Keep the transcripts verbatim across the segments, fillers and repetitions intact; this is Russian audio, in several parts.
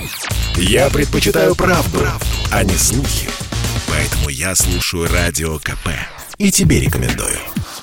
Я предпочитаю правду, правду, а не слухи. Поэтому я слушаю Радио КП. И тебе рекомендую.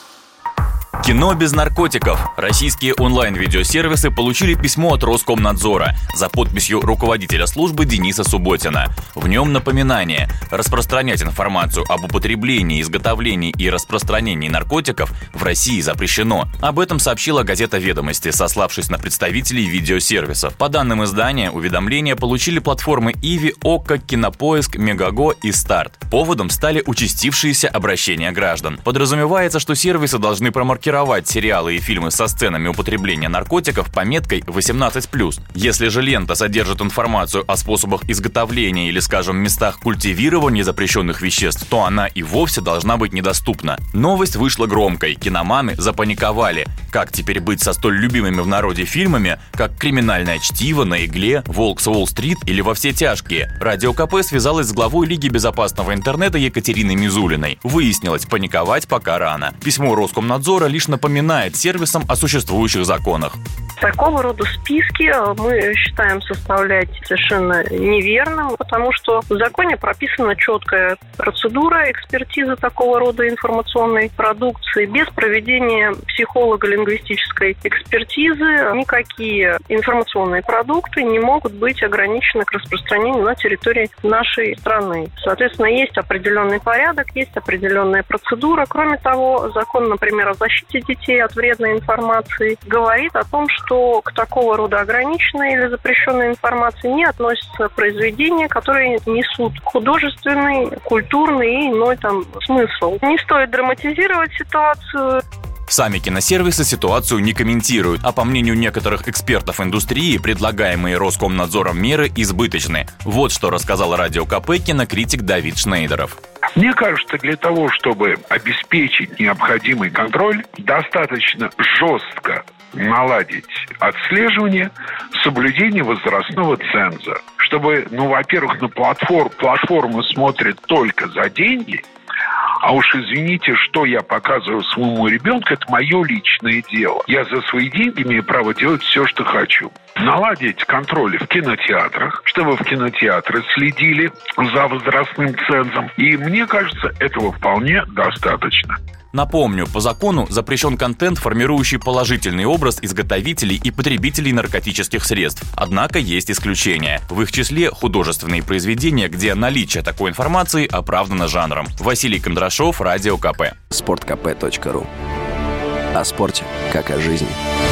Кино без наркотиков. Российские онлайн-видеосервисы получили письмо от Роскомнадзора за подписью руководителя службы Дениса Субботина. В нем напоминание: распространять информацию об употреблении, изготовлении и распространении наркотиков в России запрещено. Об этом сообщила газета «Ведомости», сославшись на представителей видеосервисов. По данным издания, уведомления получили платформы Иви, Окко, Кинопоиск, Мегаго и Старт. Поводом стали участившиеся обращения граждан. Подразумевается, что сервисы должны промаркировать сериалы и фильмы со сценами употребления наркотиков пометкой восемнадцать плюс. Если же лента содержит информацию о способах изготовления или, скажем, местах культивирования запрещенных веществ, то она и вовсе должна быть недоступна. Новость вышла громкой, киноманы запаниковали. Как теперь быть со столь любимыми в народе фильмами, как «Криминальное чтиво», «На игле», «Волк с Уолл-стрит» или «Во все тяжкие»? Радио КП связалась с главой Лиги безопасного интернета Екатериной Мизулиной. Выяснилось, паниковать пока рано. Письмо Роскомнадзора лишь напоминает сервисам о существующих законах. Такого рода списки мы считаем составлять совершенно неверным, потому что в законе прописана четкая процедура экспертизы такого рода информационной продукции. Без проведения психолого-лингвистической экспертизы никакие информационные продукты не могут быть ограничены к распространению на территории нашей страны. Соответственно, есть определенный порядок, есть определенная процедура. Кроме того, закон, например, о защите детей от вредной информации говорит о том, что что к такого рода ограниченной или запрещенной информации не относятся произведения, которые несут художественный, культурный и иной там смысл. Не стоит драматизировать ситуацию. Сами киносервисы ситуацию не комментируют, а по мнению некоторых экспертов индустрии, предлагаемые Роскомнадзором меры избыточны. Вот что рассказал Радио КП кинокритик Давид Шнейдеров. Мне кажется, для того, чтобы обеспечить необходимый контроль, достаточно жестко наладить отслеживание, соблюдение возрастного ценза. Чтобы, ну, во-первых, на платформ, платформы смотрят только за деньги, а уж извините, что я показываю своему ребенку, это мое личное дело. Я за свои деньги имею право делать все, что хочу. Наладить контроль в кинотеатрах, чтобы в кинотеатры следили за возрастным цензом. И мне кажется, этого вполне достаточно. Напомню, по закону запрещен контент, формирующий положительный образ изготовителей и потребителей наркотических средств. Однако есть исключения. В их числе художественные произведения, где наличие такой информации оправдано жанром. Василий Кондрашов, Радио КП. спорт кэ пэ точка ру. О спорте, как о жизни.